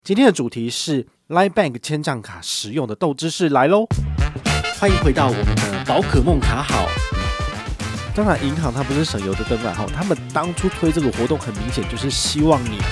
今天的主题是 LINE Bank 千账卡实用的斗知识来咯。欢迎回到我们的宝可梦卡好。当然银行它不是省油的灯啦，他们当初推这个活动很明显就是希望你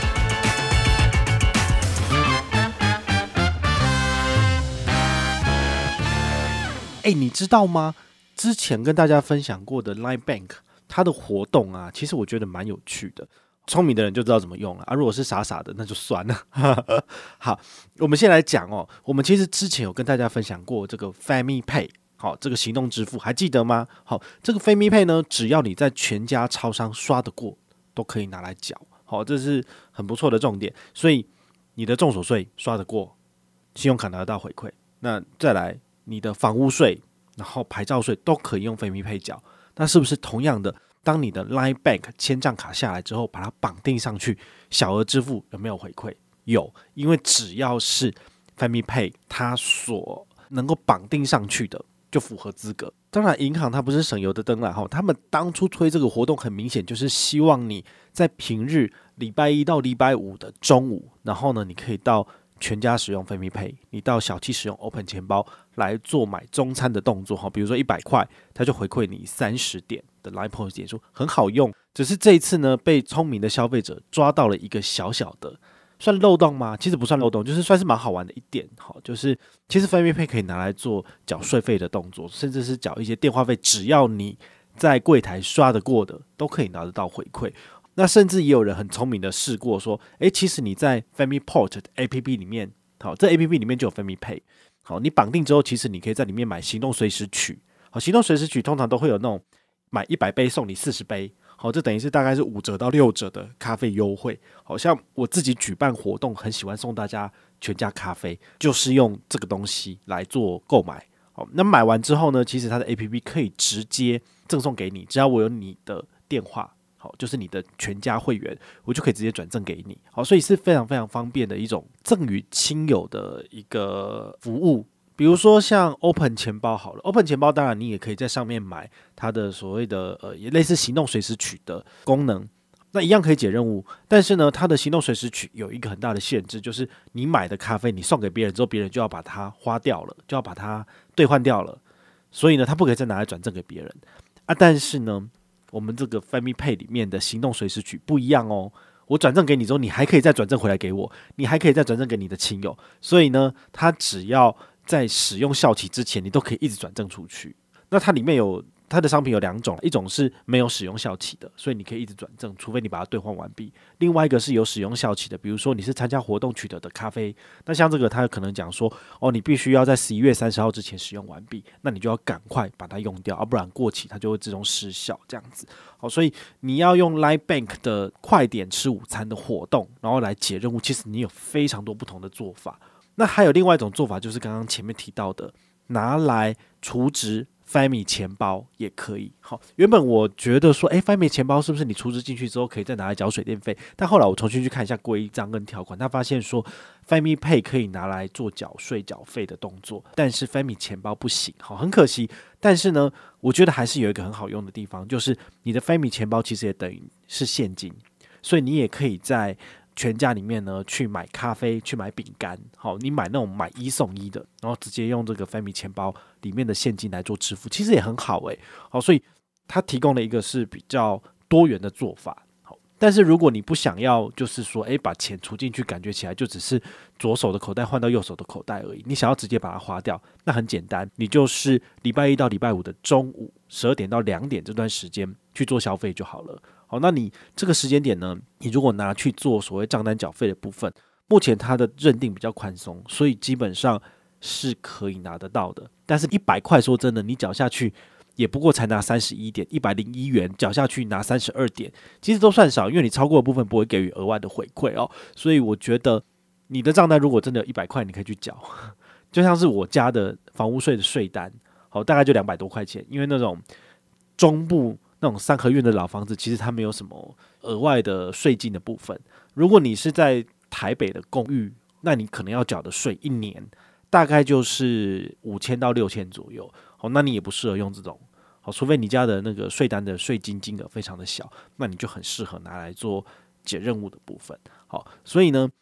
你知道吗？之前跟大家分享过的 LINE Bank 它的活动啊，其实我觉得蛮有趣的。聪明的人就知道怎么用了啊，如果是傻傻的那就算了。好，我们先来讲哦。我们其实之前有跟大家分享过这个 FamiPay， 好，这个行动支付还记得吗？好，这个 FamiPay 呢，只要你在全家超商刷得过，都可以拿来缴。好，这是很不错的重点。所以你的重所税刷得过，信用卡拿得到回馈，那再来你的房屋税，然后牌照税都可以用 FamiPay 缴。那是不是同样的？当你的 LINE Bank 千账卡下来之后，把它绑定上去，小额支付有没有回馈？有，因为只要是 FamiPay 它所能够绑定上去的，就符合资格。当然，银行它不是省油的灯啦，他们当初推这个活动很明显就是希望你在平日礼拜一到礼拜五的中午，然后呢，你可以到全家使用 FamiPay， 你到小七使用 Open 钱包来做买中餐的动作，比如说100块，它就回馈你30点的 LINE Points 点数，很好用。只是这一次呢，被聪明的消费者抓到了一个小小的，算漏洞吗？其实不算漏洞，就是算是蛮好玩的一点。就是其实 FamiPay 可以拿来做缴税费的动作，甚至是缴一些电话费，只要你在柜台刷得过的，都可以拿得到回馈。那甚至也有人很聪明的试过说，其实你在 FamiPort 的 APP 里面，好，这 APP 里面就有 FamiPay， 好，你绑定之后，其实你可以在里面买行动随时取，好，行动随时取通常都会有那种买100杯送你40杯，好，这等于是大概是5折到6折的咖啡优惠。好像我自己举办活动，很喜欢送大家全家咖啡，就是用这个东西来做购买。好，那买完之后呢，其实它的 APP 可以直接赠送给你，只要我有你的电话。好，就是你的全家会员，我就可以直接转赠给你。好，所以是非常非常方便的一种赠与亲友的一个服务。比如说像 Open 钱包好了 ，Open 钱包当然你也可以在上面买它的所谓的也类似行动随时取的功能，那一样可以解任务。但是呢，它的行动随时取有一个很大的限制，就是你买的咖啡你送给别人之后，别人就要把它花掉了，就要把它兑换掉了，所以呢，它不可以再拿来转赠给别人啊。但是呢，我们这个 FamiPay 里面的行动随时取不一样哦，我转赠给你之后，你还可以再转赠回来给我，你还可以再转赠给你的亲友，所以呢，它只要在使用效期之前，你都可以一直转赠出去。那它里面有它的商品有2种，一种是没有使用效期的，所以你可以一直转赠，除非你把它兑换完毕。另外一个是有使用效期的，比如说你是参加活动取得的咖啡，那像这个它可能讲说，你必须要在11月30号之前使用完毕，那你就要赶快把它用掉，不然过期它就会自动失效这样子。好，所以你要用 LINE Bank 的快点吃午餐的活动，然后来解任务，其实你有非常多不同的做法。那还有另外一种做法，就是刚刚前面提到的，拿来储值 Fami 钱包也可以。好，原本我觉得说Fami 钱包是不是你储值进去之后可以再拿来缴水电费，但后来我重新去看一下规章跟条款，他发现说 FamiPay 可以拿来做缴税缴费的动作，但是 Fami 钱包不行。好，很可惜。但是呢，我觉得还是有一个很好用的地方，就是你的 Fami 钱包其实也等于是现金，所以你也可以在全家里面呢去买咖啡，去买饼干。好，你买那种买1送1的，然后直接用这个 Fami 钱包里面的现金来做支付，其实也很好好，所以它提供了一个是比较多元的做法。好，但是如果你不想要就是说把钱储进去，感觉起来就只是左手的口袋换到右手的口袋而已，你想要直接把它花掉，那很简单，你就是礼拜一到礼拜五的中午12点到2点这段时间去做消费就好了。好，那你这个时间点呢，你如果拿去做所谓账单缴费的部分，目前它的认定比较宽松，所以基本上是可以拿得到的。但是100块说真的，你缴下去也不过才拿31点，101元缴下去拿32点，其实都算少，因为你超过的部分不会给予额外的回馈所以我觉得你的账单如果真的有100块，你可以去缴，就像是我家的房屋税的税单，好，大概就200多块钱，因为那种中部那种3合院的老房子，其实它没有什么额外的税金的部分。如果你是在台北的公寓，那你可能要缴的税1年大概就是5000到6000左右。好，那你也不适合用这种，好，除非你家的那个税单的税金金额非常的小，那你就很适合拿来做解任务的部分。好，所以呢，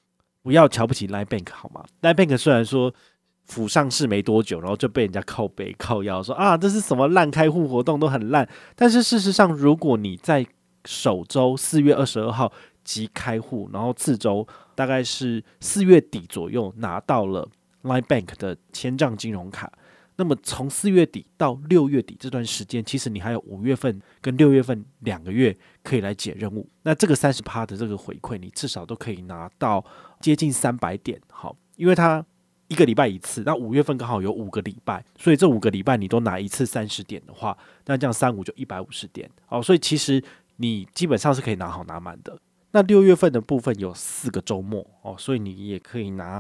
不要瞧不起 Line Bank 好吗？ Line Bank 虽然说甫上市没多久，然后就被人家靠背靠腰说啊，这是什么烂开户活动都很烂，但是事实上，如果你在首周4月22号即开户，然后次周大概是4月底左右拿到了 Line Bank 的千账金融卡，那么从4月底到6月底这段时间，其实你还有5月份跟6月份2个月可以来解任务。那这个30%的这个回馈，你至少都可以拿到接近300点。好，因为它1个礼拜一次，那5月份刚好有5个礼拜，所以这5个礼拜你都拿一次30点的话，那这样35就150点。好，所以其实你基本上是可以拿好拿满的。那6月份的部分有4个周末哦，所以你也可以拿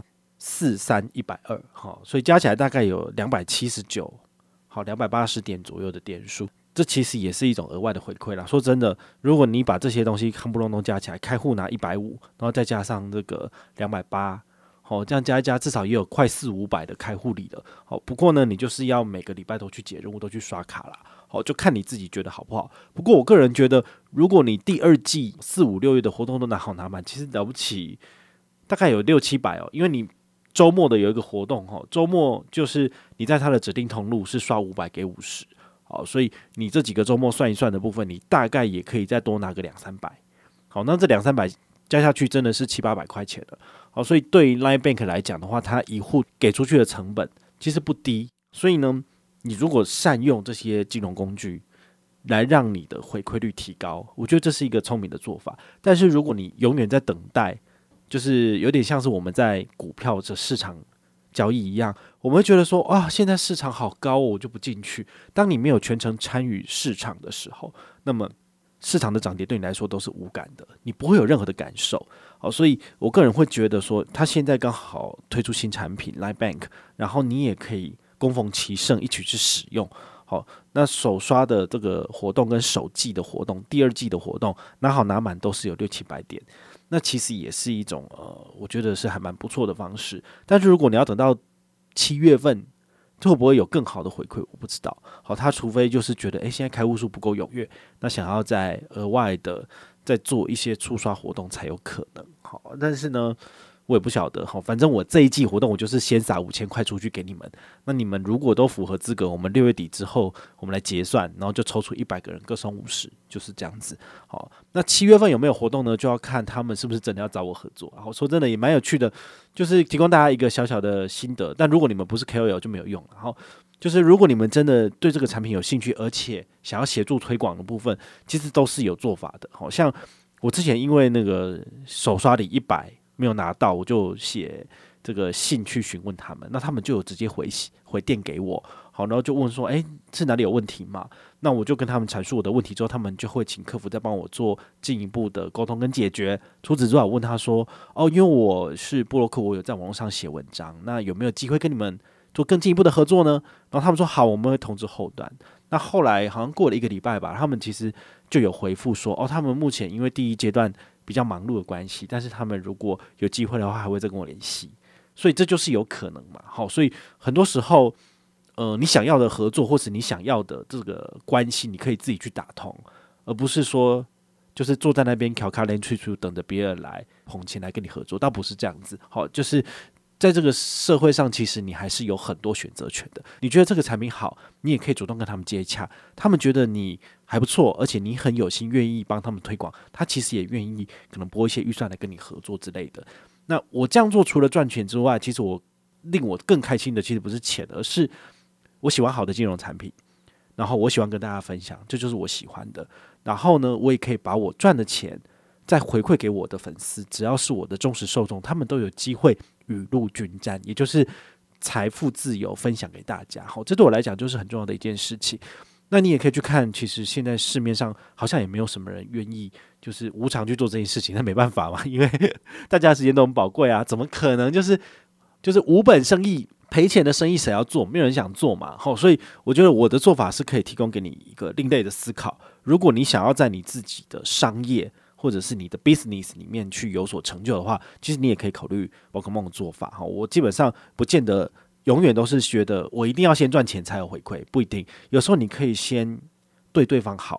4、3、120，好，所以加起来大概有279，好280点左右的点数。这其实也是一种额外的回馈啦。说真的，如果你把这些东西夯不隆咚加起来，开户拿150，然后再加上这个280，好，这样加一加，至少也有快400-500的开户礼了。好，不过呢，你就是要每个礼拜都去解任务，都去刷卡啦。好，就看你自己觉得好不好。不过我个人觉得，如果你第2季4、5、6月的活动都拿好拿满，其实了不起，大概有600-700哦。因为你周末的有一个活动，周末就是你在它的指定通路是刷500给50，好，所以你这几个周末算一算的部分，你大概也可以再多拿个200-300。好，那这200-300加下去真的是700-800块钱了。好，所以对于 Line Bank 来讲的话，它一户给出去的成本其实不低。所以呢，你如果善用这些金融工具来让你的回馈率提高，我觉得这是一个聪明的做法。但是如果你永远在等待，就是有点像是我们在股票的市场交易一样，我们会觉得说啊，现在市场好高，我就不进去。当你没有全程参与市场的时候，那么市场的涨跌对你来说都是无感的，你不会有任何的感受。好，所以我个人会觉得说，他现在刚好推出新产品 Line Bank， 然后你也可以恭逢其盛一起去使用。好，那首刷的这个活动跟首季的活动、第2季的活动拿好拿满都是有600-700点，那其实也是一种我觉得是还蛮不错的方式。但是如果你要等到7月份，会不会有更好的回馈？我不知道。好，他除非就是觉得，现在开户数不够踊跃，那想要再额外的再做一些初刷活动才有可能。好，但是呢，我也不晓得。好，反正我这一季活动，我就是先撒5000块出去给你们。那你们如果都符合资格，我们6月底之后，我们来结算，然后就抽出100个人，各送50，就是这样子。好，那7月份有没有活动呢？就要看他们是不是真的要找我合作。好，说真的也蛮有趣的，就是提供大家一个小小的心得。但如果你们不是 KOL 就没有用了。好，就是如果你们真的对这个产品有兴趣，而且想要协助推广的部分，其实都是有做法的。好像我之前因为那个手刷礼100没有拿到，我就写这个信去询问他们，那他们就有直接回电给我。好，然后就问说，是哪里有问题吗？那我就跟他们阐述我的问题之后，他们就会请客服再帮我做进一步的沟通跟解决。除此之外，我问他说，因为我是部落客，我有在网络上写文章，那有没有机会跟你们做更进一步的合作呢？然后他们说好，我们会通知后端。那后来好像过了1个礼拜吧，他们其实就有回复说，他们目前因为第1阶段比较忙碌的关系，但是他们如果有机会的话，还会再跟我联系。所以这就是有可能嘛。好，所以很多时候，你想要的合作或是你想要的这个关系，你可以自己去打通，而不是说就是坐在那边翘卡连吹吹等着别人来捧钱来跟你合作，倒不是这样子。好，就是在这个社会上，其实你还是有很多选择权的。你觉得这个产品好，你也可以主动跟他们接洽，他们觉得你还不错，而且你很有心，愿意帮他们推广，他其实也愿意可能拨一些预算来跟你合作之类的。那我这样做除了赚钱之外，其实令我更开心的其实不是钱，而是我喜欢好的金融产品，然后我喜欢跟大家分享，这就是我喜欢的。然后呢，我也可以把我赚的钱再回馈给我的粉丝，只要是我的忠实受众，他们都有机会雨露均沾，也就是财富自由分享给大家。好，这对我来讲就是很重要的一件事情。那你也可以去看，其实现在市面上好像也没有什么人愿意就是无偿去做这件事情，那没办法嘛，因为大家的时间都很宝贵啊，怎么可能就是无本生意赔钱的生意谁要做？没有人想做嘛。好，所以我觉得我的做法是可以提供给你一个另类的思考。如果你想要在你自己的商业或者是你的 business 里面去有所成就的话，其实你也可以考虑宝可梦的做法。我基本上不见得永远都是觉得我一定要先赚钱才有回馈，不一定。有时候你可以先对对方好，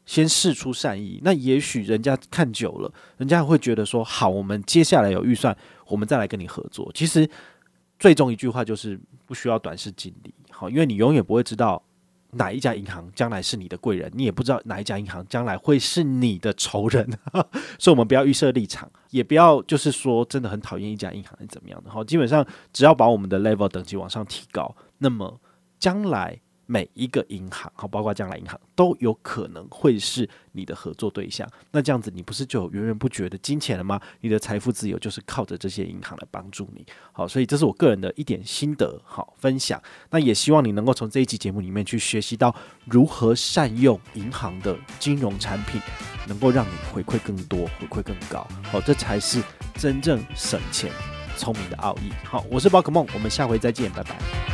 先释出善意，那也许人家看久了，人家会觉得说好，我们接下来有预算，我们再来跟你合作。其实最终一句话就是不需要短视近利，好，因为你永远不会知道哪一家银行将来是你的贵人，你也不知道哪一家银行将来会是你的仇人，所以我们不要预设立场，也不要就是说真的很讨厌一家银行是怎么样的。好，基本上只要把我们的 level 等级往上提高，那么将来每一个银行，好，包括将来银行都有可能会是你的合作对象。那这样子，你不是就有源源不绝的金钱了吗？你的财富自由就是靠着这些银行来帮助你。好，所以这是我个人的一点心得，好分享。那也希望你能够从这一期节目里面去学习到如何善用银行的金融产品，能够让你回馈更多，回馈更高。好，这才是真正省钱、聪明的奥义。好，我是宝可梦，我们下回再见，拜拜。